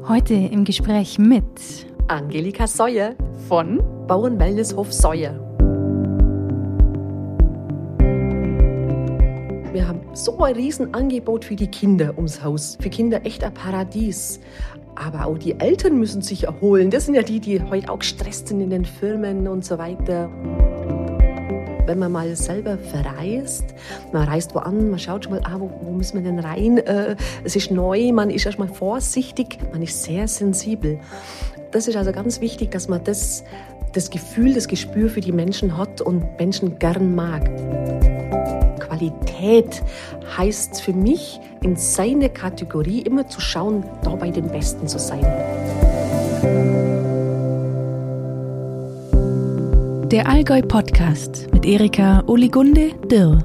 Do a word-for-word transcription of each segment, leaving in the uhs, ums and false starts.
Heute im Gespräch mit Angelika Soyer von Bauern-Wellness-Hof Soyer. Wir haben so ein Riesenangebot für die Kinder ums Haus. Für Kinder echt ein Paradies. Aber auch die Eltern müssen sich erholen. Das sind ja die, die heute auch gestresst sind in den Firmen und so weiter. Wenn man mal selber verreist, man reist wo an, man schaut schon mal, ah, wo, wo müssen wir denn rein? Äh, es ist neu, man ist erst mal vorsichtig, man ist sehr sensibel. Das ist also ganz wichtig, dass man das, das Gefühl, das Gespür für die Menschen hat und Menschen gern mag. Qualität heißt für mich, in seiner Kategorie immer zu schauen, da bei den Besten zu sein. Der Allgäu-Podcast mit Erika Oligunde Dirr.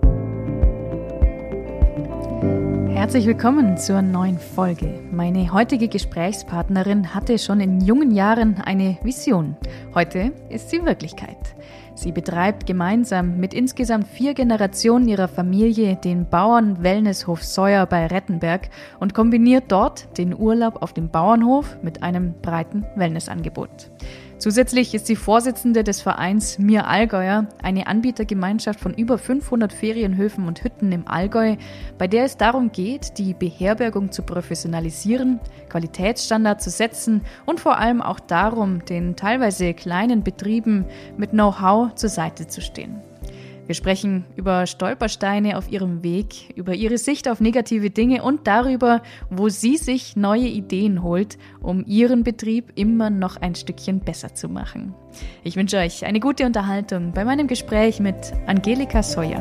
Herzlich willkommen zur neuen Folge. Meine heutige Gesprächspartnerin hatte schon in jungen Jahren eine Vision. Heute ist sie Wirklichkeit. Sie betreibt gemeinsam mit insgesamt vier Generationen ihrer Familie den Bauern-Wellness-Hof Soyer bei Rettenberg und kombiniert dort den Urlaub auf dem Bauernhof mit einem breiten Wellnessangebot. Zusätzlich ist sie Vorsitzende des Vereins Mir Allgäuer, eine Anbietergemeinschaft von über fünfhundert Ferienhöfen und Hütten im Allgäu, bei der es darum geht, die Beherbergung zu professionalisieren, Qualitätsstandards zu setzen und vor allem auch darum, den teilweise kleinen Betrieben mit Know-how zur Seite zu stehen. Wir sprechen über Stolpersteine auf ihrem Weg, über ihre Sicht auf negative Dinge und darüber, wo sie sich neue Ideen holt, um ihren Betrieb immer noch ein Stückchen besser zu machen. Ich wünsche euch eine gute Unterhaltung bei meinem Gespräch mit Angelika Soyer.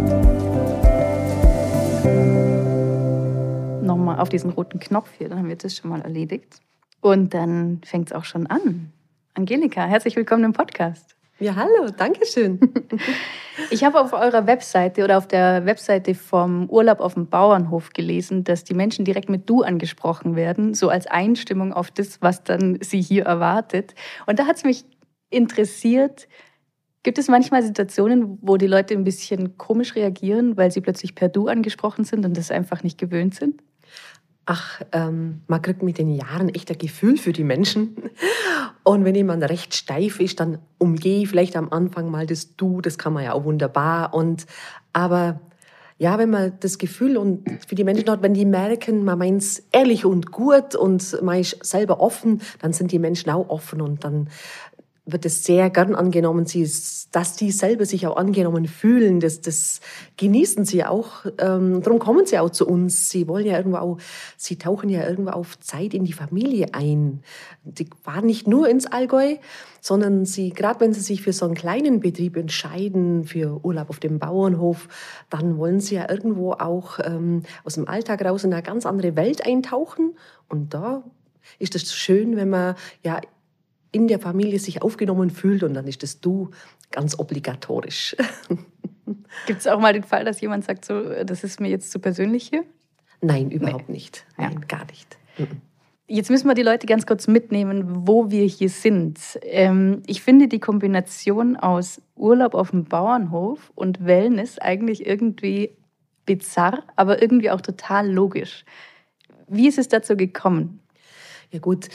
Nochmal auf diesen roten Knopf hier, dann haben wir das schon mal erledigt. Und dann fängt es auch schon an. Angelika, herzlich willkommen im Podcast. Ja, hallo, danke schön. Ich habe auf eurer Webseite oder auf der Webseite vom Urlaub auf dem Bauernhof gelesen, dass die Menschen direkt mit Du angesprochen werden, so als Einstimmung auf das, was dann sie hier erwartet. Und da hat es mich interessiert, gibt es manchmal Situationen, wo die Leute ein bisschen komisch reagieren, weil sie plötzlich per Du angesprochen sind und das einfach nicht gewöhnt sind? Ach, ähm, man kriegt mit den Jahren echt ein Gefühl für die Menschen. Und wenn jemand recht steif ist, dann umgehe ich vielleicht am Anfang mal das Du, das kann man ja auch wunderbar. Und, aber ja, wenn man das Gefühl und für die Menschen hat, wenn die merken, man meint es ehrlich und gut und man ist selber offen, dann sind die Menschen auch offen und dann wird es sehr gern angenommen, sie, dass die selber sich auch angenommen fühlen. Das, das genießen sie auch. Ähm, darum kommen sie auch zu uns. Sie wollen ja irgendwo auch, sie tauchen ja irgendwo auf Zeit in die Familie ein. Die fahren nicht nur ins Allgäu, sondern sie, gerade wenn sie sich für so einen kleinen Betrieb entscheiden, für Urlaub auf dem Bauernhof, dann wollen sie ja irgendwo auch ähm, aus dem Alltag raus in eine ganz andere Welt eintauchen. Und da ist es schön, wenn man ja in der Familie sich aufgenommen fühlt und dann ist das Du ganz obligatorisch. Gibt es auch mal den Fall, dass jemand sagt, so, das ist mir jetzt zu persönlich hier? Nein, überhaupt nee. nicht. Nein, ja. gar nicht. Jetzt müssen wir die Leute ganz kurz mitnehmen, wo wir hier sind. Ähm, ich finde die Kombination aus Urlaub auf dem Bauernhof und Wellness eigentlich irgendwie bizarr, aber irgendwie auch total logisch. Wie ist es dazu gekommen? Ja gut,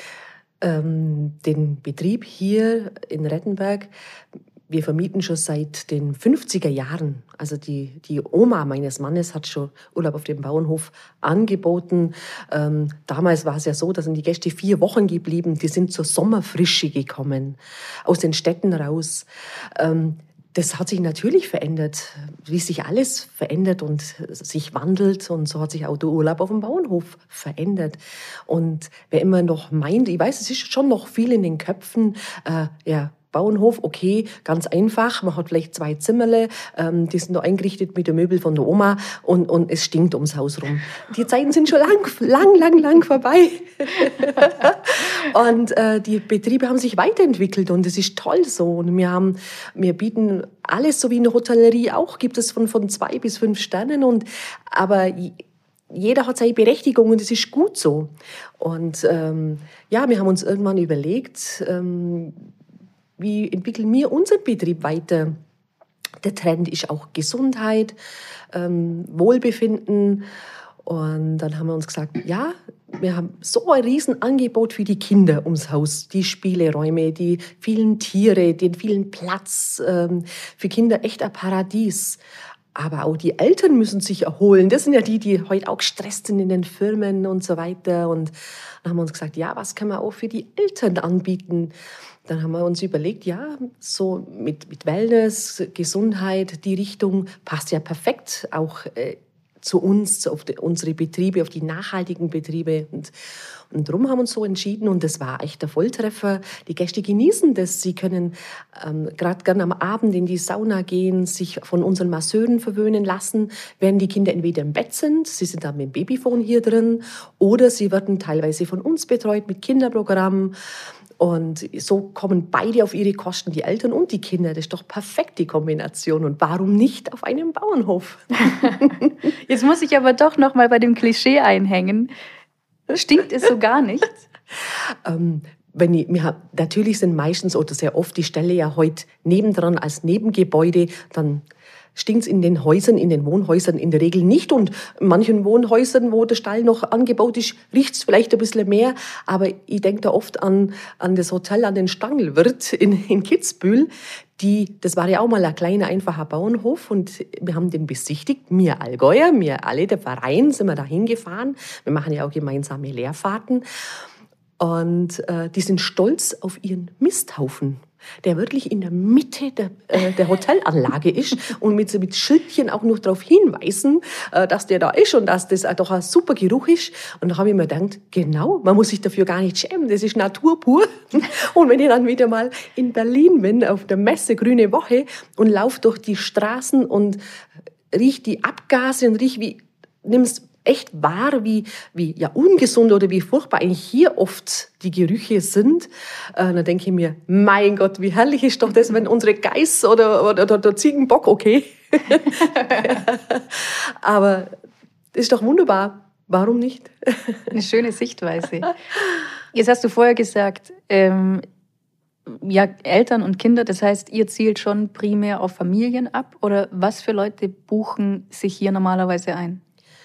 den Betrieb hier in Rettenberg, wir vermieten schon seit den fünfziger Jahren. Also die, die Oma meines Mannes hat schon Urlaub auf dem Bauernhof angeboten. Ähm, damals war es ja so, da sind die Gäste vier Wochen geblieben. Die sind zur Sommerfrische gekommen, aus den Städten raus. Ähm, Das hat sich natürlich verändert, wie sich alles verändert und sich wandelt. Und so hat sich auch der Urlaub auf dem Bauernhof verändert. Und wer immer noch meint, ich weiß, es ist schon noch viel in den Köpfen, äh, ja, Bauernhof, okay, ganz einfach. Man hat vielleicht zwei Zimmerle, ähm, die sind noch eingerichtet mit den Möbel von der Oma und, und es stinkt ums Haus rum. Die Zeiten sind schon lang, lang, lang, lang vorbei. Und äh, die Betriebe haben sich weiterentwickelt und es ist toll so. Und wir haben, wir bieten alles, so wie in der Hotellerie auch, gibt es von, von zwei bis fünf Sternen. Und, aber jeder hat seine Berechtigung und es ist gut so. Und ähm, ja, wir haben uns irgendwann überlegt, ähm, wie entwickeln wir unseren Betrieb weiter? Der Trend ist auch Gesundheit, ähm, Wohlbefinden Und dann haben wir uns gesagt, ja, wir haben so ein Riesenangebot für die Kinder ums Haus. Die Spieleräume, die vielen Tiere, den vielen Platz. Ähm, für Kinder echt ein Paradies. Aber auch die Eltern müssen sich erholen. Das sind ja die, die heute auch gestresst sind in den Firmen und so weiter. Und dann haben wir uns gesagt, ja, was kann man auch für die Eltern anbieten? Dann haben wir uns überlegt, ja, so mit, mit Wellness, Gesundheit, die Richtung passt ja perfekt auch äh, zu uns, auf die, unsere Betriebe, auf die nachhaltigen Betriebe. Und, und darum haben wir uns so entschieden und das war echt der Volltreffer. Die Gäste genießen das. Sie können ähm, gerade gerne am Abend in die Sauna gehen, sich von unseren Masseuren verwöhnen lassen, während die Kinder entweder im Bett sind, sie sind dann mit dem Babyphone hier drin, oder sie werden teilweise von uns betreut mit Kinderprogrammen. Und so kommen beide auf ihre Kosten, die Eltern und die Kinder. Das ist doch perfekt, die Kombination. Und warum nicht auf einem Bauernhof? Jetzt muss ich aber doch noch mal bei dem Klischee einhängen. Stinkt es so gar nicht? ähm, wenn ich, wir, natürlich sind meistens oder sehr oft die Ställe ja heute nebendran als Nebengebäude, dann stinkt es in den Häusern, in den Wohnhäusern in der Regel nicht. Und in manchen Wohnhäusern, wo der Stall noch angebaut ist, riecht es vielleicht ein bisschen mehr. Aber ich denke da oft an, an das Hotel, an den Stangelwirt in, in Kitzbühel. Die, das war ja auch mal ein kleiner, einfacher Bauernhof. Und wir haben den besichtigt. Wir Allgäuer, wir alle, der Verein, sind wir da hingefahren. Wir machen ja auch gemeinsame Lehrfahrten. Und äh, die sind stolz auf ihren Misthaufen, der wirklich in der Mitte der, äh, der Hotelanlage ist und mit, mit Schildchen auch noch darauf hinweisen, äh, dass der da ist und dass das auch doch ein super Geruch ist. Und da habe ich mir gedacht, genau, man muss sich dafür gar nicht schämen, das ist Natur pur. Und wenn ich dann wieder mal in Berlin bin, auf der Messe Grüne Woche und laufe durch die Straßen und riech die Abgase und riech wie, nimm's echt wahr, wie, wie ja, ungesund oder wie furchtbar eigentlich hier oft die Gerüche sind. Äh, dann denke ich mir, mein Gott, wie herrlich ist doch das, wenn unsere Geiß oder, oder, oder der Ziegenbock, okay. Aber das ist doch wunderbar. Warum nicht? Eine schöne Sichtweise. Jetzt hast du vorher gesagt, ähm, ja, Eltern und Kinder, das heißt, ihr zielt schon primär auf Familien ab? Oder was für Leute buchen sich hier normalerweise ein?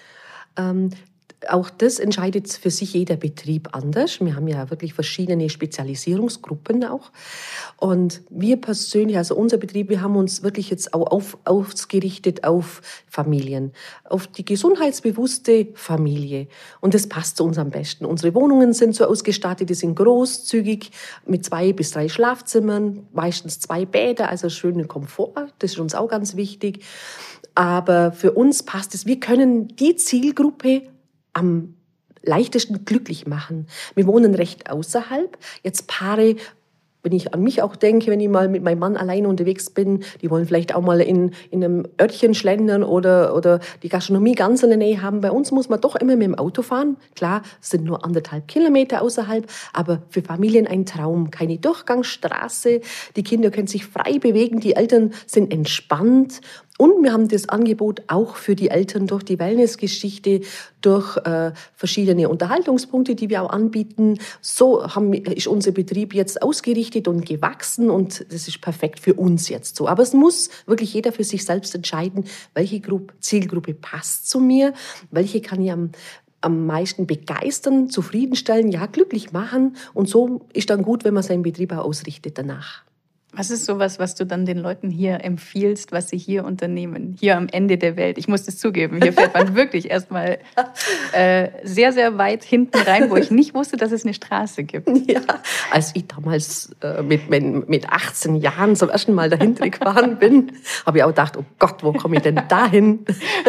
Ähm, auch das entscheidet für sich jeder Betrieb anders. Wir haben ja wirklich verschiedene Spezialisierungsgruppen auch. Und wir persönlich, also unser Betrieb, wir haben uns wirklich jetzt auch auf, ausgerichtet auf Familien, auf die gesundheitsbewusste Familie. Und das passt zu uns am besten. Unsere Wohnungen sind so ausgestattet, die sind großzügig mit zwei bis drei Schlafzimmern, meistens zwei Bäder, also schönen Komfort. Das ist uns auch ganz wichtig. Aber für uns passt es, wir können die Zielgruppe am leichtesten glücklich machen. Wir wohnen recht außerhalb. Jetzt Paare, wenn ich an mich auch denke, wenn ich mal mit meinem Mann alleine unterwegs bin, die wollen vielleicht auch mal in, in einem Örtchen schlendern oder, oder die Gastronomie ganz in der Nähe haben. Bei uns muss man doch immer mit dem Auto fahren. Klar, es sind nur anderthalb Kilometer außerhalb, aber für Familien ein Traum. Keine Durchgangsstraße, die Kinder können sich frei bewegen, die Eltern sind entspannt. Und wir haben das Angebot auch für die Eltern durch die Wellnessgeschichte, durch äh, verschiedene Unterhaltungspunkte, die wir auch anbieten. So haben, ist unser Betrieb jetzt ausgerichtet und gewachsen und das ist perfekt für uns jetzt so. Aber es muss wirklich jeder für sich selbst entscheiden, welche Gruppe, Zielgruppe passt zu mir, welche kann ich am am meisten begeistern, zufriedenstellen, ja, glücklich machen. Und so ist dann gut, wenn man seinen Betrieb auch ausrichtet danach. Was ist sowas, was du dann den Leuten hier empfiehlst, was sie hier unternehmen, hier am Ende der Welt? Ich muss das zugeben, hier fährt man wirklich erstmal äh, sehr, sehr weit hinten rein, wo ich nicht wusste, dass es eine Straße gibt. Ja, als ich damals äh, mit, mit achtzehn Jahren zum ersten Mal dahinter gefahren bin, habe ich auch gedacht, oh Gott, wo komme ich denn dahin?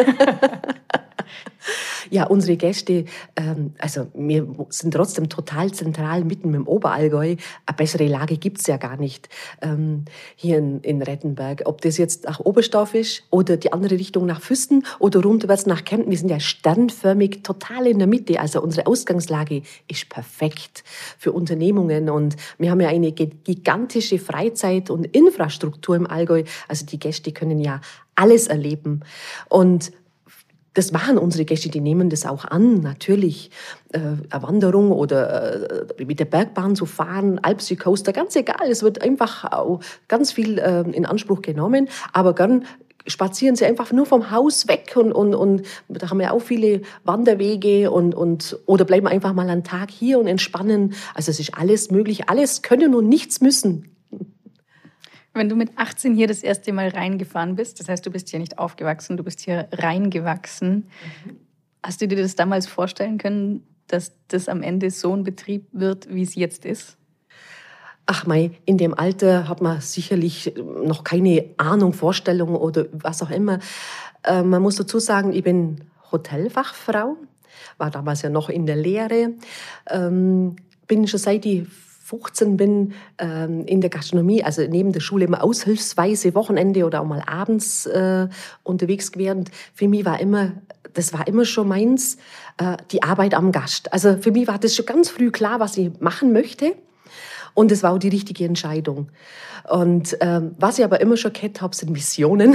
Ja, unsere Gäste, ähm, also wir sind trotzdem total zentral mitten im Oberallgäu. Eine bessere Lage gibt's ja gar nicht ähm, hier in, in Rettenberg. Ob das jetzt nach Oberstdorf ist oder die andere Richtung nach Füsten oder runterwärts nach Kempten. Wir sind ja sternförmig total in der Mitte. Also unsere Ausgangslage ist perfekt für Unternehmungen. Und wir haben ja eine gigantische Freizeit- und Infrastruktur im Allgäu. Also die Gäste können ja alles erleben. Und das machen unsere Gäste, die nehmen das auch an, natürlich. Äh, eine Wanderung oder äh, mit der Bergbahn zu fahren, Alpsea-Coaster, ganz egal. Es wird einfach auch ganz viel äh, in Anspruch genommen. Aber gern spazieren sie einfach nur vom Haus weg und, und, und da haben wir auch viele Wanderwege und, und, oder bleiben einfach mal einen Tag hier und entspannen. Also es ist alles möglich, alles können und nichts müssen. Wenn du mit achtzehn hier das erste Mal reingefahren bist, das heißt, du bist hier nicht aufgewachsen, du bist hier reingewachsen. Mhm. Hast du dir das damals vorstellen können, dass das am Ende so ein Betrieb wird, wie es jetzt ist? Ach mei, in dem Alter hat man sicherlich noch keine Ahnung, Vorstellung oder was auch immer. Äh, man muss dazu sagen, ich bin Hotelfachfrau, war damals ja noch in der Lehre, ähm, bin schon seit ich fünfzehn bin ähm, in der Gastronomie, also neben der Schule immer aushilfsweise Wochenende oder auch mal abends äh, unterwegs gewesen. Für mich war immer, das war immer schon meins, äh, die Arbeit am Gast. Also für mich war das schon ganz früh klar, was ich machen möchte. Und es war auch die richtige Entscheidung. Und ähm, was ich aber immer schon gehabt habe, sind Visionen.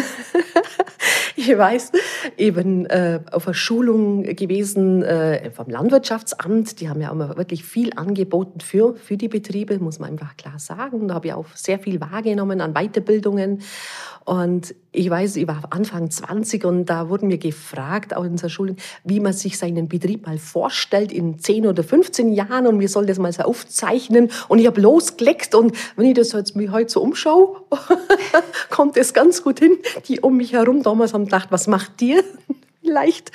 Ich weiß, eben äh, auf einer Schulung gewesen äh, vom Landwirtschaftsamt. Die haben ja auch immer wirklich viel angeboten für, für die Betriebe, muss man einfach klar sagen. Da habe ich auch sehr viel wahrgenommen an Weiterbildungen. Und ich weiß, ich war Anfang zwanzig und da wurden wir gefragt, auch in unserer Schule, wie man sich seinen Betrieb mal vorstellt in zehn oder fünfzehn Jahren und wir sollen das mal so aufzeichnen. Und ich habe losgeleckt und wenn ich das jetzt mich heute so umschaue, kommt es ganz gut hin. Die um mich herum damals haben gedacht, was macht ihr? Vielleicht.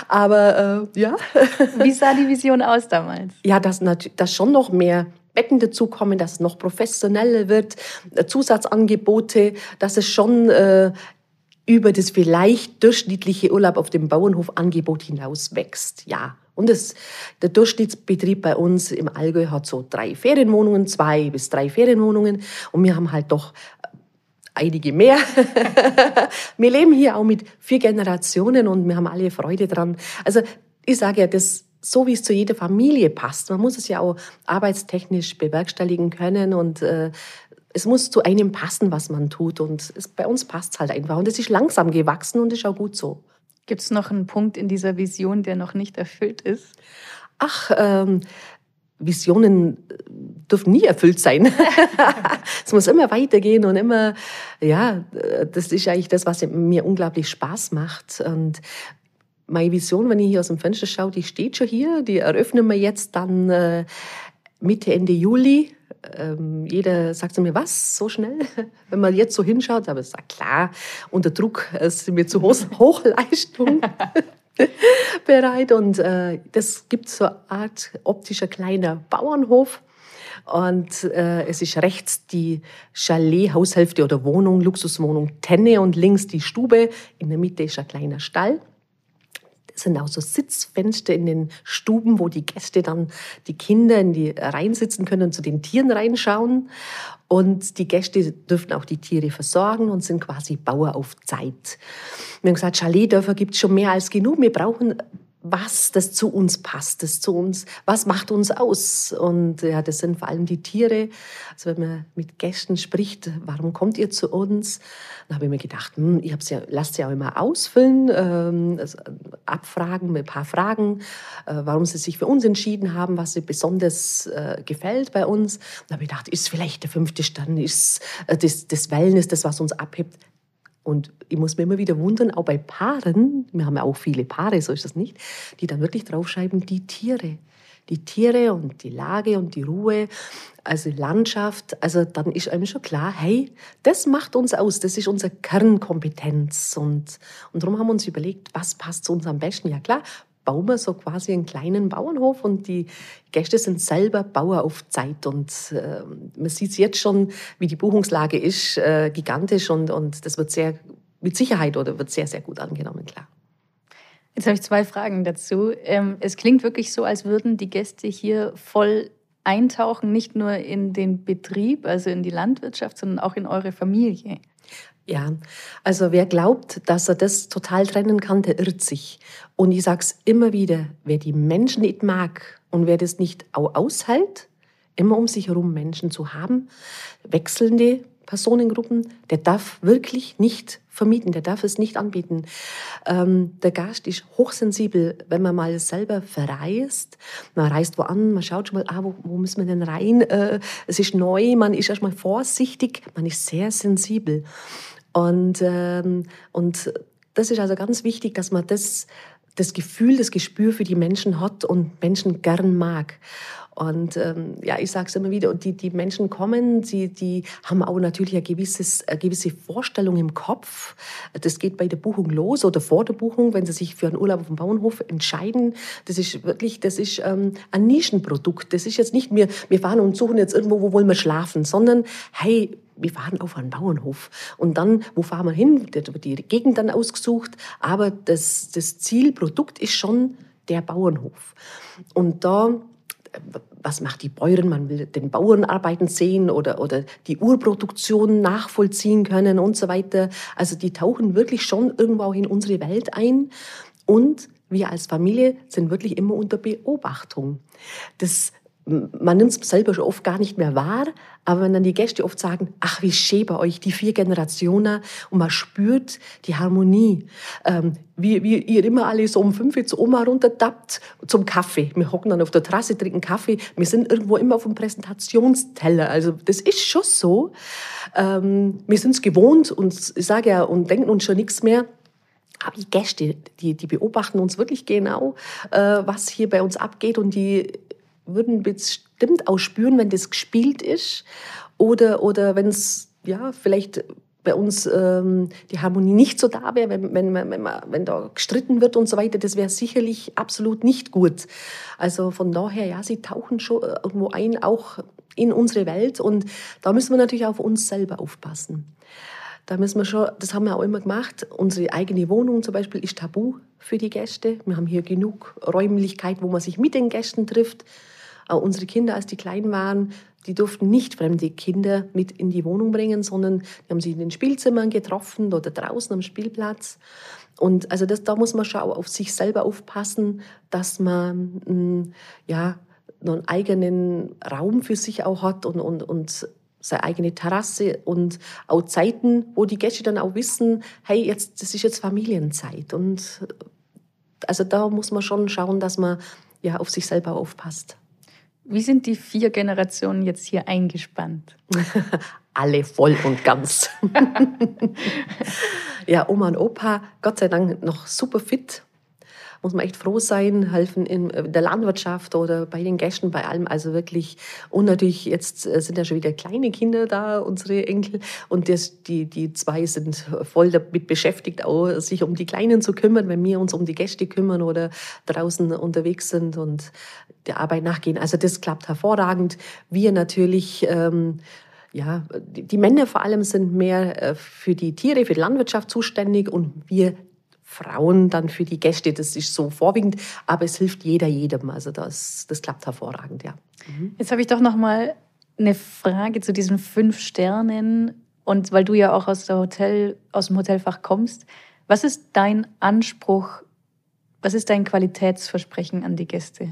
Aber äh, ja. Wie sah die Vision aus damals? Ja, dass, dass schon noch mehr Betten dazukommen, dass es noch professioneller wird, Zusatzangebote, dass es schon äh, über das vielleicht durchschnittliche Urlaub auf dem Bauernhofangebot hinaus wächst. Ja. Und das, der Durchschnittsbetrieb bei uns im Allgäu hat so drei Ferienwohnungen, zwei bis drei Ferienwohnungen. Und wir haben halt doch einige mehr. Wir leben hier auch mit vier Generationen und wir haben alle Freude dran. Also ich sage ja, das so wie es zu jeder Familie passt. Man muss es ja auch arbeitstechnisch bewerkstelligen können und äh, es muss zu einem passen, was man tut. Und es, bei uns passt es halt einfach. Und es ist langsam gewachsen und ist auch gut so. Gibt es noch einen Punkt in dieser Vision, der noch nicht erfüllt ist? Ach, ähm, Visionen dürfen nie erfüllt sein. Es muss immer weitergehen und immer, ja, das ist eigentlich das, was mir unglaublich Spaß macht. Und meine Vision, wenn ich hier aus dem Fenster schaue, die steht schon hier. Die eröffnen wir jetzt dann äh, Mitte, Ende Juli. Ähm, jeder sagt zu mir, was, so schnell? Wenn man jetzt so hinschaut, aber ich sage, klar, unter Druck sind wir zu Hochleistung bereit. Und äh, das gibt so eine Art optischer kleiner Bauernhof. Und äh, es ist rechts die Chalet-Haushälfte oder Wohnung, Luxuswohnung Tenne und links die Stube. In der Mitte ist ein kleiner Stall. Es sind auch so Sitzfenster in den Stuben, wo die Gäste dann, die Kinder in die reinsitzen können und zu den Tieren reinschauen. Und die Gäste dürfen auch die Tiere versorgen und sind quasi Bauer auf Zeit. Wir haben gesagt, Chaletdörfer gibt es schon mehr als genug. Wir brauchen was, das zu uns passt, das zu uns, was macht uns aus? Und ja, das sind vor allem die Tiere. Also wenn man mit Gästen spricht, warum kommt ihr zu uns? Dann habe ich mir gedacht, hm, ich hab's ja, lasst sie ja auch immer ausfüllen, ähm, also abfragen mit ein paar Fragen, äh, warum sie sich für uns entschieden haben, was sie besonders äh, gefällt bei uns. Dann habe ich gedacht, ist vielleicht der fünfte Stern, ist äh, das, das Wellness, das, was uns abhebt. Und ich muss mir immer wieder wundern, auch bei Paaren, wir haben ja auch viele Paare, so ist das nicht, die dann wirklich draufschreiben, die Tiere. Die Tiere und die Lage und die Ruhe, also Landschaft. Also dann ist einem schon klar, hey, das macht uns aus, das ist unsere Kernkompetenz. Und, und darum haben wir uns überlegt, was passt zu uns am besten? Ja klar, bauen wir so quasi einen kleinen Bauernhof und die Gäste sind selber Bauer auf Zeit. Und äh, man sieht jetzt schon, wie die Buchungslage ist, äh, gigantisch und, und das wird sehr, mit Sicherheit oder wird sehr, sehr gut angenommen, klar. Jetzt habe ich zwei Fragen dazu. Ähm, es klingt wirklich so, als würden die Gäste hier voll eintauchen, nicht nur in den Betrieb, also in die Landwirtschaft, sondern auch in eure Familie. Ja, also wer glaubt, dass er das total trennen kann, der irrt sich. Und ich sage es immer wieder, wer die Menschen nicht mag und wer das nicht auch aushält, immer um sich herum Menschen zu haben, wechselnde Personengruppen, der darf wirklich nicht vermieten, der darf es nicht anbieten. Ähm, der Gast ist hochsensibel, wenn man mal selber verreist. Man reist wo an, man schaut schon mal, ah, wo, wo müssen wir denn rein? Äh, es ist neu, man ist erstmal vorsichtig, man ist sehr sensibel. Und, ähm, und das ist also ganz wichtig, dass man das, das Gefühl, das Gespür für die Menschen hat und Menschen gern mag. Und ähm, ja, ich sage es immer wieder, und die, die Menschen kommen, die, die haben auch natürlich ein gewisses, eine gewisse Vorstellung im Kopf. Das geht bei der Buchung los oder vor der Buchung, wenn sie sich für einen Urlaub auf dem Bauernhof entscheiden. Das ist wirklich, das ist ähm, ein Nischenprodukt. Das ist jetzt nicht, wir, wir fahren und suchen jetzt irgendwo, wo wollen wir schlafen, sondern hey, wir fahren auf einen Bauernhof. Und dann, wo fahren wir hin? Da wird die Gegend dann ausgesucht. Aber das, das Zielprodukt ist schon der Bauernhof. Und da, was macht die Bäuerin? Man will den Bauern arbeiten sehen oder, oder die Urproduktion nachvollziehen können und so weiter. Also die tauchen wirklich schon irgendwo auch in unsere Welt ein. Und wir als Familie sind wirklich immer unter Beobachtung. Das Man nimmt es selber schon oft gar nicht mehr wahr, aber wenn dann die Gäste oft sagen, ach, wie schön bei euch, die vier Generationen, und man spürt die Harmonie. Ähm, wie, wie ihr immer alle so um fünf Uhr zur Oma runtertappt zum Kaffee. Wir hocken dann auf der Terrasse, trinken Kaffee. Wir sind irgendwo immer auf dem Präsentationsteller. Also das ist schon so. Ähm, wir sind es gewohnt und ich sage ja, und denken uns schon nichts mehr. Aber die Gäste, die, die beobachten uns wirklich genau, äh, was hier bei uns abgeht, und die würden bestimmt auch spüren, wenn das gespielt ist oder, oder wenn es ja, vielleicht bei uns ähm, die Harmonie nicht so da wäre, wenn, wenn, wenn, wenn, wenn da gestritten wird und so weiter. Das wäre sicherlich absolut nicht gut. Also von daher, ja, sie tauchen schon irgendwo ein, auch in unsere Welt, und da müssen wir natürlich auf uns selber aufpassen. Da müssen wir schon, das haben wir auch immer gemacht, unsere eigene Wohnung zum Beispiel ist tabu für die Gäste. Wir haben hier genug Räumlichkeit, wo man sich mit den Gästen trifft. Auch unsere Kinder, als die klein waren, die durften nicht fremde Kinder mit in die Wohnung bringen, sondern die haben sich in den Spielzimmern getroffen oder draußen am Spielplatz. Und also das, da muss man schon auch auf sich selber aufpassen, dass man mh, ja, noch einen eigenen Raum für sich auch hat und, und, und seine eigene Terrasse und auch Zeiten, wo die Gäste dann auch wissen, hey, jetzt, das ist jetzt Familienzeit. Und also da muss man schon schauen, dass man ja, auf sich selber aufpasst. Wie sind die vier Generationen jetzt hier eingespannt? Alle voll und ganz. Ja, Oma und Opa, Gott sei Dank noch super fit. Muss man echt froh sein, helfen in der Landwirtschaft oder bei den Gästen, bei allem. Also wirklich, und natürlich jetzt sind ja schon wieder kleine Kinder da, unsere Enkel. Und das, die, die zwei sind voll damit beschäftigt, auch sich um die Kleinen zu kümmern, wenn wir uns um die Gäste kümmern oder draußen unterwegs sind und der Arbeit nachgehen. Also das klappt hervorragend. Wir natürlich... Ähm, Ja, die Männer vor allem sind mehr für die Tiere, für die Landwirtschaft zuständig, und wir Frauen dann für die Gäste. Das ist so vorwiegend, aber es hilft jeder jedem. Also das, das klappt hervorragend, ja. Mhm. Jetzt habe ich doch noch mal eine Frage zu diesen fünf Sternen, und weil du ja auch aus, der Hotel, aus dem Hotelfach kommst. Was ist dein Anspruch, was ist dein Qualitätsversprechen an die Gäste?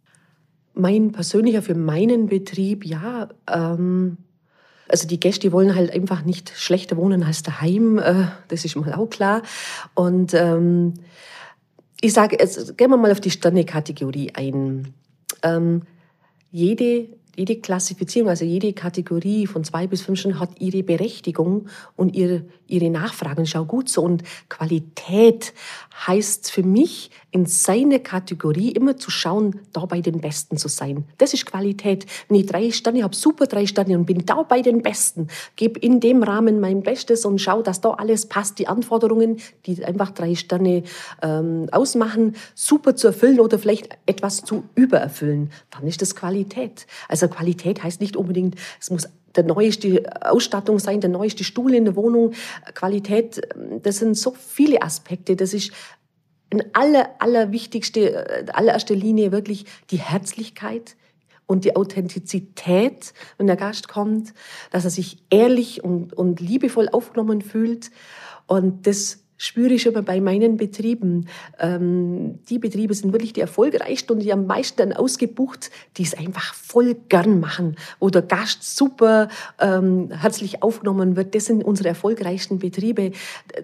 Mein persönlicher für meinen Betrieb, ja, ähm, also die Gäste wollen halt einfach nicht schlechter wohnen als daheim, äh, das ist mal auch klar. Und ähm, ich sage, jetzt gehen wir mal auf die Sterne-Kategorie ein. Ähm, jede, jede Klassifizierung, also jede Kategorie von zwei bis fünf Sternen hat ihre Berechtigung und ihre, ihre Nachfragen. Schau gut so. Und Qualität heißt für mich, in seiner Kategorie immer zu schauen, da bei den Besten zu sein. Das ist Qualität. Wenn ich drei Sterne habe, super drei Sterne, und bin da bei den Besten, gebe in dem Rahmen mein Bestes und schaue, dass da alles passt, die Anforderungen, die einfach drei Sterne ähm, ausmachen, super zu erfüllen oder vielleicht etwas zu übererfüllen. Dann ist das Qualität. Also Qualität heißt nicht unbedingt, es muss der neueste Ausstattung sein, der neueste Stuhl in der Wohnung. Qualität, das sind so viele Aspekte. Das ist in aller, allerwichtigste, allererster Linie wirklich die Herzlichkeit und die Authentizität, wenn der Gast kommt, dass er sich ehrlich und, und liebevoll aufgenommen fühlt. Und das spüre ich immer bei meinen Betrieben. Ähm, die Betriebe sind wirklich die erfolgreichsten und die am meisten dann ausgebucht, die es einfach voll gern machen, wo der Gast super ähm, herzlich aufgenommen wird. Das sind unsere erfolgreichsten Betriebe.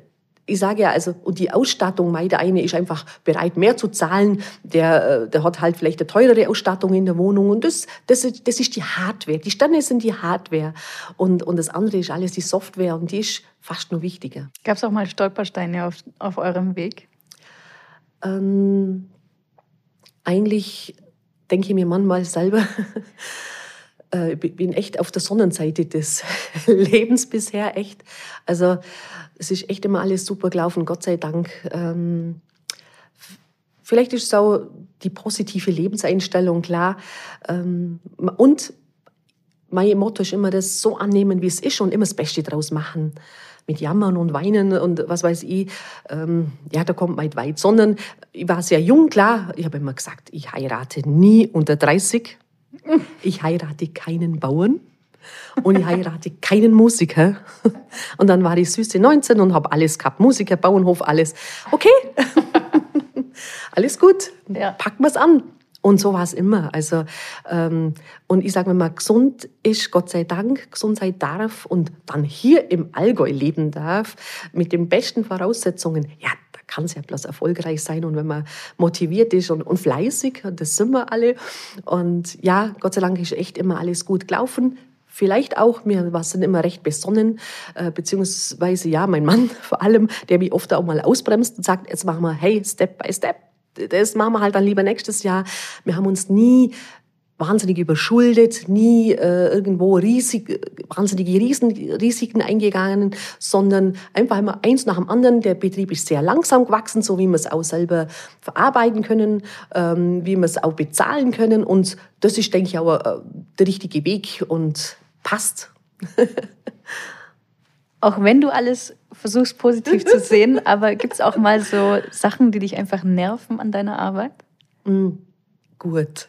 ich sage ja, also, und die Ausstattung, der eine ist einfach bereit, mehr zu zahlen, der, der hat halt vielleicht eine teurere Ausstattung in der Wohnung und das, das, ist, das ist die Hardware. Die Sterne sind die Hardware und, und das andere ist alles die Software und die ist fast nur wichtiger. Gab es auch mal Stolpersteine auf, auf eurem Weg? Ähm, eigentlich denke ich mir manchmal selber, ich bin echt auf der Sonnenseite des Lebens bisher, echt. Also es ist echt immer alles super gelaufen, Gott sei Dank. Ähm, vielleicht ist es auch die positive Lebenseinstellung, klar. Ähm, und mein Motto ist immer das so annehmen, wie es ist und immer das Beste draus machen. Mit Jammern und Weinen und was weiß ich, ähm, ja, da kommt man nicht weit. Sondern ich war sehr jung, klar. Ich habe immer gesagt, ich heirate nie unter dreißig. Ich heirate keinen Bauern und ich heirate keinen Musiker. Und dann war ich süße neunzehn und habe alles gehabt. Musiker, Bauernhof, alles. Okay, alles gut, ja. Packen wir es an. Und so war es immer. Also, ähm, und ich sage mir mal, gesund ist, Gott sei Dank, gesund sein darf und dann hier im Allgäu leben darf, mit den besten Voraussetzungen. Ja, da kann es ja bloß erfolgreich sein. Und wenn man motiviert ist und, und fleißig, das sind wir alle. Und ja, Gott sei Dank ist echt immer alles gut gelaufen. Vielleicht auch, wir sind immer recht besonnen, äh, beziehungsweise ja, mein Mann vor allem, der mich oft auch mal ausbremst und sagt, jetzt machen wir, hey, Step by Step. Das machen wir halt dann lieber nächstes Jahr. Wir haben uns nie wahnsinnig überschuldet, nie äh, irgendwo riesig, wahnsinnige Riesen, Risiken eingegangen, sondern einfach immer eins nach dem anderen. Der Betrieb ist sehr langsam gewachsen, so wie wir es auch selber verarbeiten können, ähm, wie wir es auch bezahlen können. Und das ist, denke ich, auch äh, der richtige Weg und passt. Auch wenn du alles versuchst positiv zu sehen, aber gibt es auch mal so Sachen, die dich einfach nerven an deiner Arbeit? Mm, gut.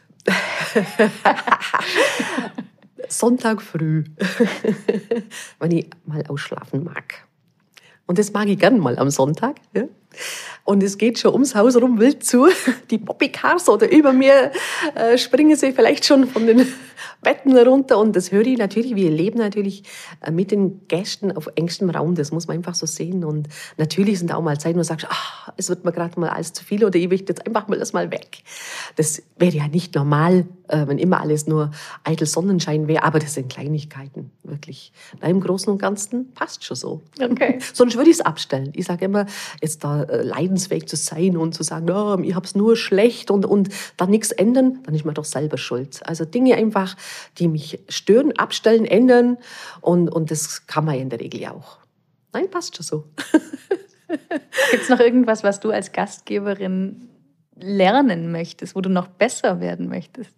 Sonntag früh, wenn ich mal ausschlafen mag. Und das mag ich gern mal am Sonntag. Ja? Und es geht schon ums Haus rum wild zu. Die Bobbycars oder über mir äh, springen sie vielleicht schon von den Betten runter. Und das höre ich natürlich, wir leben natürlich äh, mit den Gästen auf engstem Raum. Das muss man einfach so sehen. Und natürlich sind da auch mal Zeiten, wo du sagst, ach, es wird mir gerade mal alles zu viel oder ich möchte jetzt einfach mal das mal weg. Das wäre ja nicht normal, äh, wenn immer alles nur eitel Sonnenschein wäre. Aber das sind Kleinigkeiten, wirklich. Na, im Großen und Ganzen passt schon so. Okay. Sonst würde ich es abstellen. Ich sage immer, jetzt da äh, leidensfähig zu sein und zu sagen, oh, ich habe es nur schlecht und, und dann nichts ändern, dann ist man doch selber schuld. Also Dinge einfach, die mich stören, abstellen, ändern und, und das kann man in der Regel auch. Nein, passt schon so. Gibt es noch irgendwas, was du als Gastgeberin lernen möchtest, wo du noch besser werden möchtest?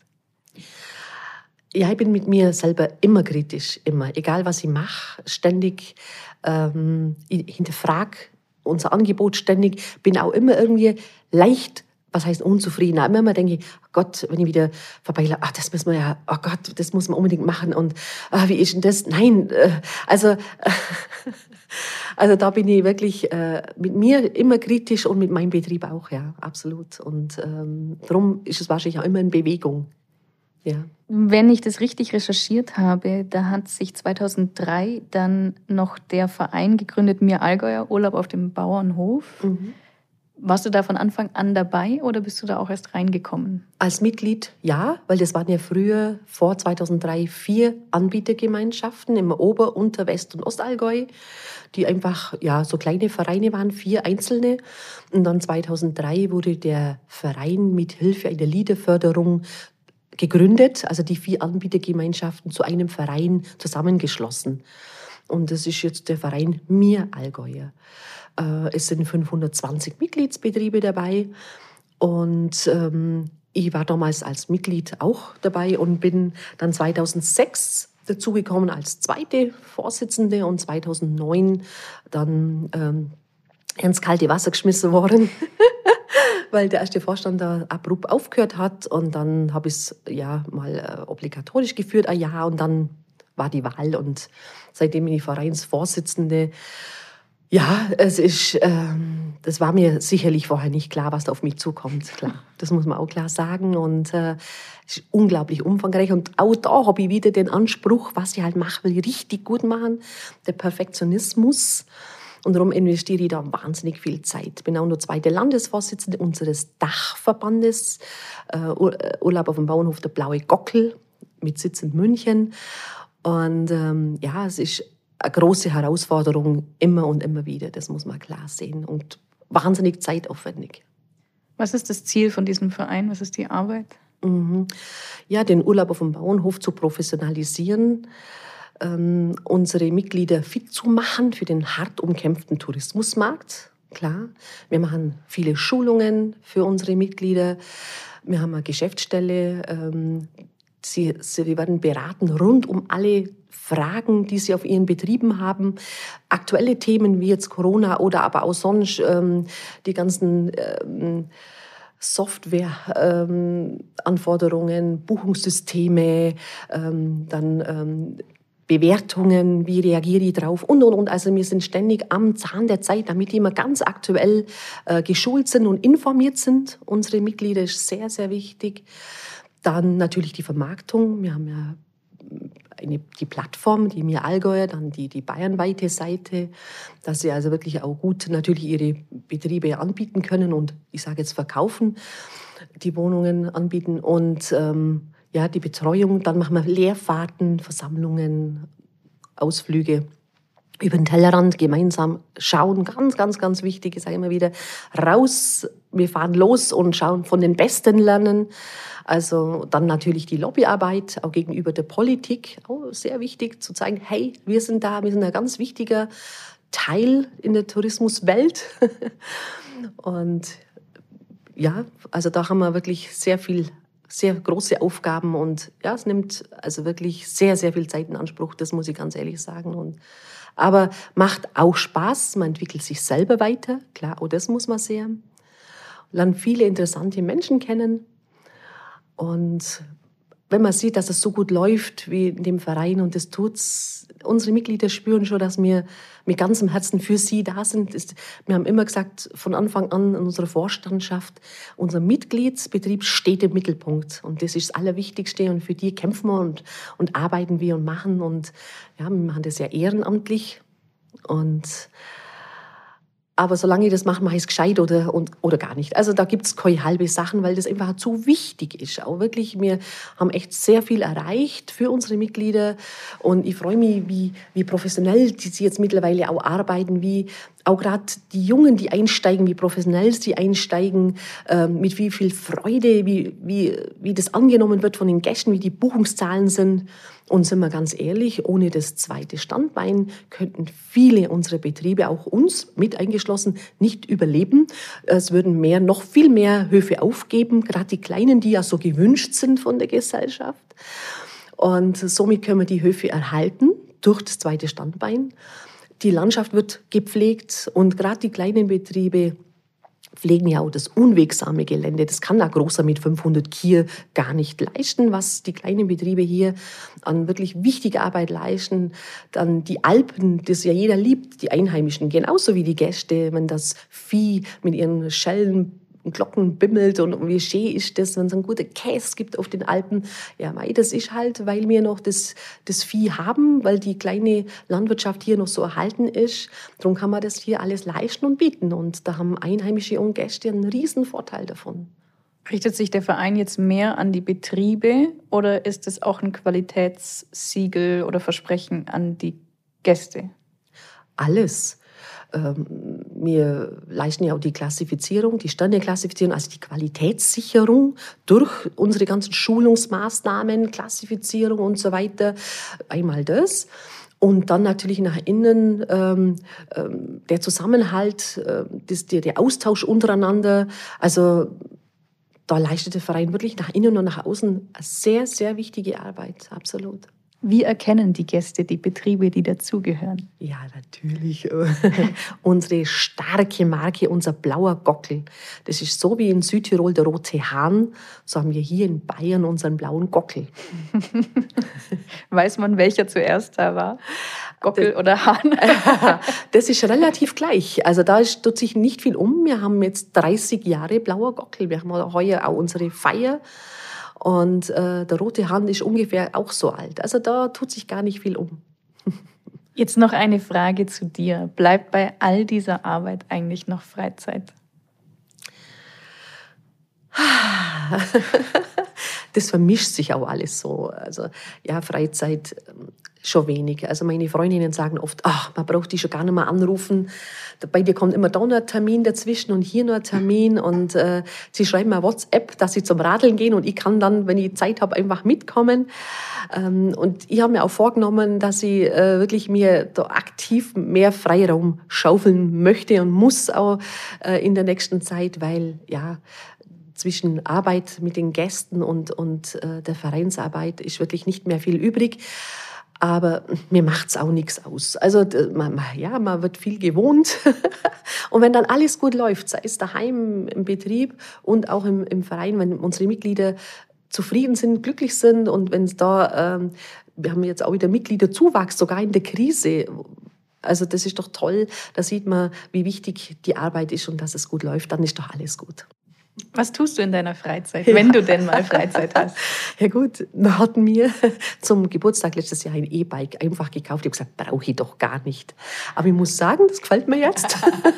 Ja, ich bin mit mir selber immer kritisch, immer. Egal, was ich mache, ständig. Ähm, ich hinterfrage unser Angebot ständig. Bin auch immer irgendwie leicht, was heißt unzufrieden. Auch immer denke ich, oh Gott, wenn ich wieder vorbeilaufe, ach, das müssen wir ja, oh Gott, das muss man unbedingt machen. Und ah, wie ist denn das? Nein, äh, also, äh, also da bin ich wirklich äh, mit mir immer kritisch und mit meinem Betrieb auch, ja, absolut. Und ähm, darum ist es wahrscheinlich auch immer in Bewegung. Ja. Wenn ich das richtig recherchiert habe, da hat sich zweitausenddrei dann noch der Verein gegründet, Mir Allgäuer, Urlaub auf dem Bauernhof. Mhm. Warst du da von Anfang an dabei oder bist du da auch erst reingekommen? Als Mitglied ja, weil das waren ja früher vor zweitausenddrei vier Anbietergemeinschaften im Ober-, Unter-, West- und Ostallgäu, die einfach ja so kleine Vereine waren, vier einzelne. Und dann zweitausenddrei wurde der Verein mit Hilfe einer Liederförderung gegründet, also die vier Anbietergemeinschaften zu einem Verein zusammengeschlossen. Und das ist jetzt der Verein Mir Allgäuer. Es sind fünfhundertzwanzig Mitgliedsbetriebe dabei und ähm, ich war damals als Mitglied auch dabei und bin dann zweitausendsechs dazugekommen als zweite Vorsitzende und zweitausendneun dann ähm, ins kalte Wasser geschmissen worden. Weil der erste Vorstand da abrupt aufgehört hat und dann habe ich es ja mal äh, obligatorisch geführt, ein Jahr und dann war die Wahl und seitdem bin ich Vereinsvorsitzende. Ja, es ist, ähm, das war mir sicherlich vorher nicht klar, was da auf mich zukommt. Klar, das muss man auch klar sagen und äh, es ist unglaublich umfangreich und auch da habe ich wieder den Anspruch, was ich halt mache, will ich richtig gut machen, der Perfektionismus. Und darum investiere ich da wahnsinnig viel Zeit. Ich bin auch nur zweite Landesvorsitzende unseres Dachverbandes äh, Urlaub auf dem Bauernhof der Blaue Gockel mit Sitz in München. Und ähm, ja, es ist eine große Herausforderung immer und immer wieder, das muss man klar sehen. Und wahnsinnig zeitaufwendig. Was ist das Ziel von diesem Verein? Was ist die Arbeit? Mhm. Ja, den Urlaub auf dem Bauernhof zu professionalisieren, ähm, unsere Mitglieder fit zu machen für den hart umkämpften Tourismusmarkt. Klar, wir machen viele Schulungen für unsere Mitglieder. Wir haben eine Geschäftsstelle. Ähm, sie, sie werden beraten rund um alle Fragen, die sie auf ihren Betrieben haben. Aktuelle Themen wie jetzt Corona oder aber auch sonst ähm, die ganzen ähm, Software-Anforderungen, ähm, Buchungssysteme, ähm, dann ähm, Bewertungen, wie reagiere ich drauf und, und, und. Also wir sind ständig am Zahn der Zeit, damit die immer ganz aktuell äh, geschult sind und informiert sind. Unsere Mitglieder ist sehr, sehr wichtig. Dann natürlich die Vermarktung. Wir haben ja eine, die Plattform, die Mir Allgäuer, dann die, die bayernweite Seite, dass sie also wirklich auch gut natürlich ihre Betriebe anbieten können und ich sage jetzt verkaufen, die Wohnungen anbieten und ähm, ja, die Betreuung. Dann machen wir Lehrfahrten, Versammlungen, Ausflüge über den Tellerrand gemeinsam schauen. Ganz, ganz, ganz wichtig, ich sage immer wieder, raus, wir fahren los und schauen, von den Besten lernen. Also dann natürlich die Lobbyarbeit, auch gegenüber der Politik, auch sehr wichtig zu zeigen, hey, wir sind da, wir sind ein ganz wichtiger Teil in der Tourismuswelt. Und ja, also da haben wir wirklich sehr viel, sehr große Aufgaben und ja, es nimmt also wirklich sehr, sehr viel Zeit in Anspruch, das muss ich ganz ehrlich sagen. Und aber macht auch Spaß, man entwickelt sich selber weiter, klar, auch das muss man sehen. Lernt viele interessante Menschen kennen. Und wenn man sieht, dass es so gut läuft wie in dem Verein und das tut's, unsere Mitglieder spüren schon, dass wir mit ganzem Herzen für sie da sind. Wir haben immer gesagt, von Anfang an in unserer Vorstandschaft, unser Mitgliedsbetrieb steht im Mittelpunkt. Und das ist das Allerwichtigste und für die kämpfen wir und, und arbeiten wir und machen. Und ja, wir machen das ja ehrenamtlich. Und aber solange ich das mache, mache ich es gescheit oder, und, oder gar nicht. Also da gibt es keine halbe Sachen, weil das einfach zu wichtig ist. Auch wirklich, wir haben echt sehr viel erreicht für unsere Mitglieder. Und ich freue mich, wie, wie professionell die sie jetzt mittlerweile auch arbeiten, wie auch gerade die Jungen, die einsteigen, wie professionell sie einsteigen, äh, mit wie viel Freude, wie, wie, wie das angenommen wird von den Gästen, wie die Buchungszahlen sind. Und sind wir ganz ehrlich, ohne das zweite Standbein könnten viele unserer Betriebe, auch uns mit eingeschlossen, nicht überleben. Es würden mehr, noch viel mehr Höfe aufgeben, gerade die Kleinen, die ja so gewünscht sind von der Gesellschaft. Und somit können wir die Höfe erhalten durch das zweite Standbein. Die Landschaft wird gepflegt und gerade die kleinen Betriebe pflegen ja auch das unwegsame Gelände. Das kann ein großer mit fünfhundert Kier gar nicht leisten, was die kleinen Betriebe hier an wirklich wichtiger Arbeit leisten. Dann die Alpen, das ja jeder liebt, die Einheimischen, genauso wie die Gäste, wenn das Vieh mit ihren Schellen und Glocken bimmelt und wie schön ist das, wenn es einen guten Käse gibt auf den Alpen. Ja, mei, das ist halt, weil wir noch das, das Vieh haben, weil die kleine Landwirtschaft hier noch so erhalten ist. Darum kann man das hier alles leisten und bieten. Und da haben Einheimische und Gäste einen riesen Vorteil davon. Richtet sich der Verein jetzt mehr an die Betriebe oder ist es auch ein Qualitätssiegel oder Versprechen an die Gäste? Alles. Wir leisten ja auch die Klassifizierung, die Sterneklassifizierung, also die Qualitätssicherung durch unsere ganzen Schulungsmaßnahmen, Klassifizierung und so weiter. Einmal das. Und dann natürlich nach innen ähm, der Zusammenhalt, äh, das, der, der Austausch untereinander. Also da leistet der Verein wirklich nach innen und nach außen eine sehr, sehr wichtige Arbeit, absolut. Wie erkennen die Gäste die Betriebe, die dazugehören? Ja, natürlich. Unsere starke Marke, unser blauer Gockel. Das ist so wie in Südtirol der rote Hahn. So haben wir hier in Bayern unseren blauen Gockel. Weiß man, welcher zuerst da war? Gockel das, oder Hahn? Das ist relativ gleich. Also da tut sich nicht viel um. Wir haben jetzt dreißig Jahre blauer Gockel. Wir haben heuer auch unsere Feier. Und äh, der rote Hahn ist ungefähr auch so alt. Also da tut sich gar nicht viel um. Jetzt noch eine Frage zu dir. Bleibt bei all dieser Arbeit eigentlich noch Freizeit? Das vermischt sich auch alles so. Also ja, Freizeit schon wenig. Also meine Freundinnen sagen oft, ach, man braucht die schon gar nicht mehr anrufen. Bei dir kommt immer da noch ein Termin dazwischen und hier noch ein Termin. Und äh, sie schreiben mir WhatsApp, dass sie zum Radeln gehen und ich kann dann, wenn ich Zeit habe, einfach mitkommen. Ähm, und ich habe mir auch vorgenommen, dass ich äh, wirklich mir da aktiv mehr Freiraum schaufeln möchte und muss auch äh, in der nächsten Zeit, weil ja, zwischen Arbeit mit den Gästen und, und äh, der Vereinsarbeit ist wirklich nicht mehr viel übrig. Aber mir macht's auch nichts aus. Also man, ja, man wird viel gewohnt. Und wenn dann alles gut läuft, sei es daheim im Betrieb und auch im, im Verein, wenn unsere Mitglieder zufrieden sind, glücklich sind und wenn es da, ähm, wir haben jetzt auch wieder Mitgliederzuwachs, sogar in der Krise. Also das ist doch toll. Da sieht man, wie wichtig die Arbeit ist und dass es gut läuft. Dann ist doch alles gut. Was tust du in deiner Freizeit, wenn ja. du denn mal Freizeit hast? Ja gut, wir hatten mir zum Geburtstag letztes Jahr ein E-Bike einfach gekauft. Ich habe gesagt, brauche ich doch gar nicht. Aber ich muss sagen, das gefällt mir jetzt.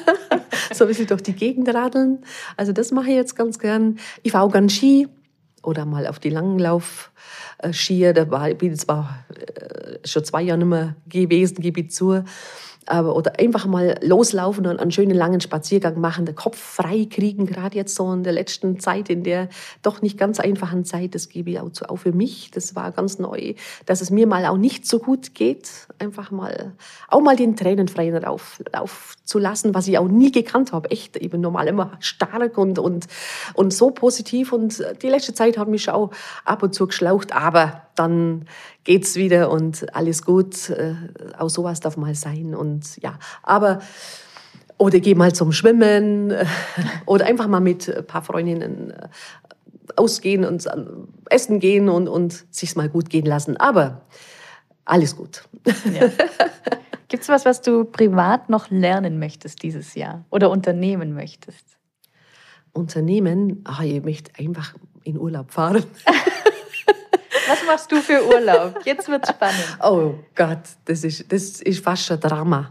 So ein bisschen durch die Gegend radeln. Also das mache ich jetzt ganz gern. Ich fahre auch gern Ski oder mal auf die Langlauf-Skier. Da war, ich bin jetzt zwar schon zwei Jahre nicht mehr gewesen, gebe ich zu. Aber, oder einfach mal loslaufen und einen schönen langen Spaziergang machen, den Kopf frei kriegen, gerade jetzt so in der letzten Zeit, in der doch nicht ganz einfachen Zeit, das gebe ich auch zu, auch für mich, das war ganz neu, dass es mir mal auch nicht so gut geht, einfach mal, auch mal den tränenfreien Lauf, Lauf zu lassen, was ich auch nie gekannt habe, echt, ich bin normal immer stark und, und, und so positiv und die letzte Zeit hat mich schon auch ab und zu geschlaucht, aber dann geht's wieder und alles gut. Äh, auch sowas darf mal sein und ja, aber oder geh mal zum Schwimmen äh, oder einfach mal mit ein paar Freundinnen äh, ausgehen und äh, essen gehen und und sich's mal gut gehen lassen. Aber alles gut. Ja. Gibt's was, was du privat noch lernen möchtest dieses Jahr oder unternehmen möchtest? Unternehmen? Ach, ich möchte einfach in Urlaub fahren. Was machst du für Urlaub? Jetzt wird's spannend. Oh Gott, das ist, das ist fast schon Drama.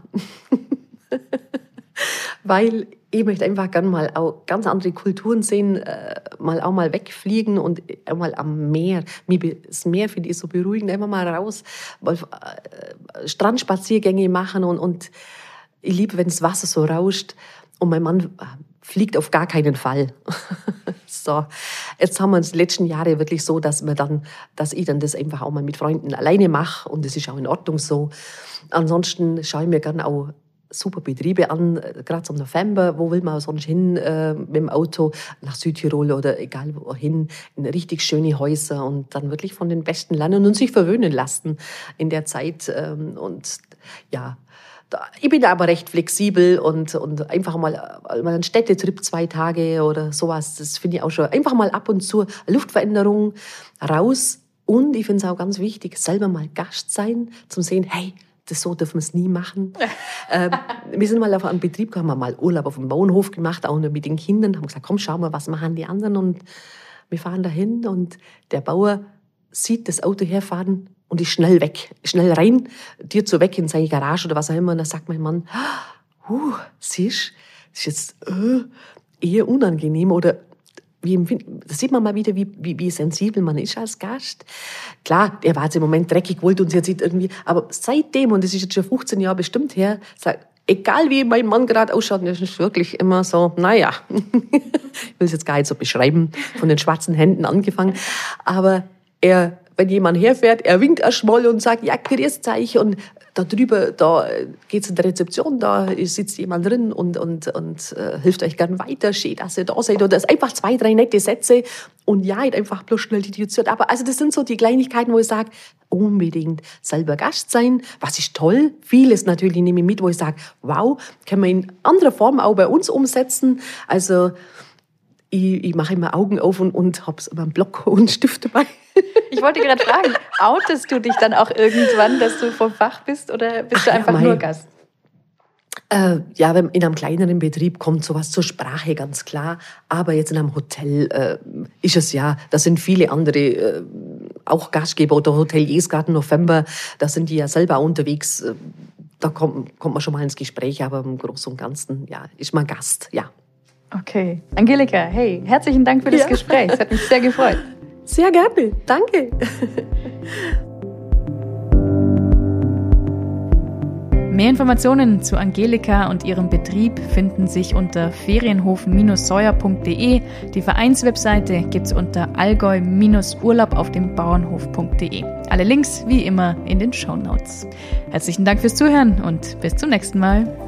Weil ich möchte einfach gerne mal auch ganz andere Kulturen sehen, äh, mal auch mal wegfliegen und auch mal am Meer. Das Meer finde ich so beruhigend, einfach mal raus, mal äh, Strandspaziergänge machen und, und ich liebe, wenn das Wasser so rauscht. Und mein Mann fliegt auf gar keinen Fall. So, jetzt haben wir uns die letzten Jahre wirklich so, dass wir dann, dass ich dann das einfach auch mal mit Freunden alleine mache und das ist auch in Ordnung so. Ansonsten schaue ich mir gerne auch super Betriebe an, gerade zum November, wo will man sonst hin äh, mit dem Auto, nach Südtirol oder egal wohin, in richtig schöne Häuser und dann wirklich von den Besten lernen und sich verwöhnen lassen in der Zeit ähm, und ja, ich bin aber recht flexibel und, und einfach mal, mal einen Städtetrip, zwei Tage oder sowas, das finde ich auch schon. Einfach mal ab und zu Luftveränderung raus und ich finde es auch ganz wichtig, selber mal Gast sein, zum sehen, hey, das so dürfen wir es nie machen. ähm, wir sind mal auf einen Betrieb, haben wir mal Urlaub auf dem Bauernhof gemacht, auch mit den Kindern, haben gesagt, komm, schau mal, was machen die anderen und wir fahren dahin und der Bauer sieht das Auto herfahren und ist schnell weg, schnell rein, dir zu weg in seine Garage oder was auch immer. Und dann sagt mein Mann, uh, siehst, das ist jetzt äh, eher unangenehm oder wie, da sieht man mal wieder, wie, wie, wie sensibel man ist als Gast. Klar, er war jetzt im Moment dreckig, wollte uns jetzt irgendwie, aber seitdem, und das ist jetzt schon fünfzehn Jahre bestimmt her, sagt, egal wie mein Mann gerade ausschaut, das ist wirklich immer so, naja, ich will es jetzt gar nicht so beschreiben, von den schwarzen Händen angefangen, aber er, wenn jemand herfährt, er winkt erstmal und sagt, ja, grüß euch. Und da drüber, da geht's in der Rezeption, da sitzt jemand drin und, und, und äh, hilft euch gern weiter, schön, dass ihr da seid. Oder es ist einfach zwei, drei nette Sätze und ja, einfach bloß schnell die Tür zu. Aber also das sind so die Kleinigkeiten, wo ich sage, unbedingt selber Gast sein. Was ist toll. Vieles natürlich nehme ich mit, wo ich sage, wow, können wir in anderer Form auch bei uns umsetzen. Also ich, ich mache immer Augen auf und, und habe immer einen Block und einen Stift dabei. Ich wollte gerade fragen, outest du dich dann auch irgendwann, dass du vom Fach bist oder bist du einfach Ach, nur Gast? Äh, ja, in einem kleineren Betrieb kommt sowas zur Sprache, ganz klar. Aber jetzt in einem Hotel äh, ist es ja, da sind viele andere, äh, auch Gastgeber oder Hoteliers, gerade im November, da sind die ja selber unterwegs. da kommt, kommt man schon mal ins Gespräch, aber im Großen und Ganzen, ja, ist man Gast, ja. Okay. Angelika, hey, herzlichen Dank für das ja. Gespräch. Es hat mich sehr gefreut. Sehr gerne. Danke. Mehr Informationen zu Angelika und ihrem Betrieb finden sich unter ferienhof Bindestrich säuer punkt de. Die Vereinswebseite gibt's unter allgäu Urlaub auf dem Bauernhof punkt de. Alle Links wie immer in den Shownotes. Herzlichen Dank fürs Zuhören und bis zum nächsten Mal.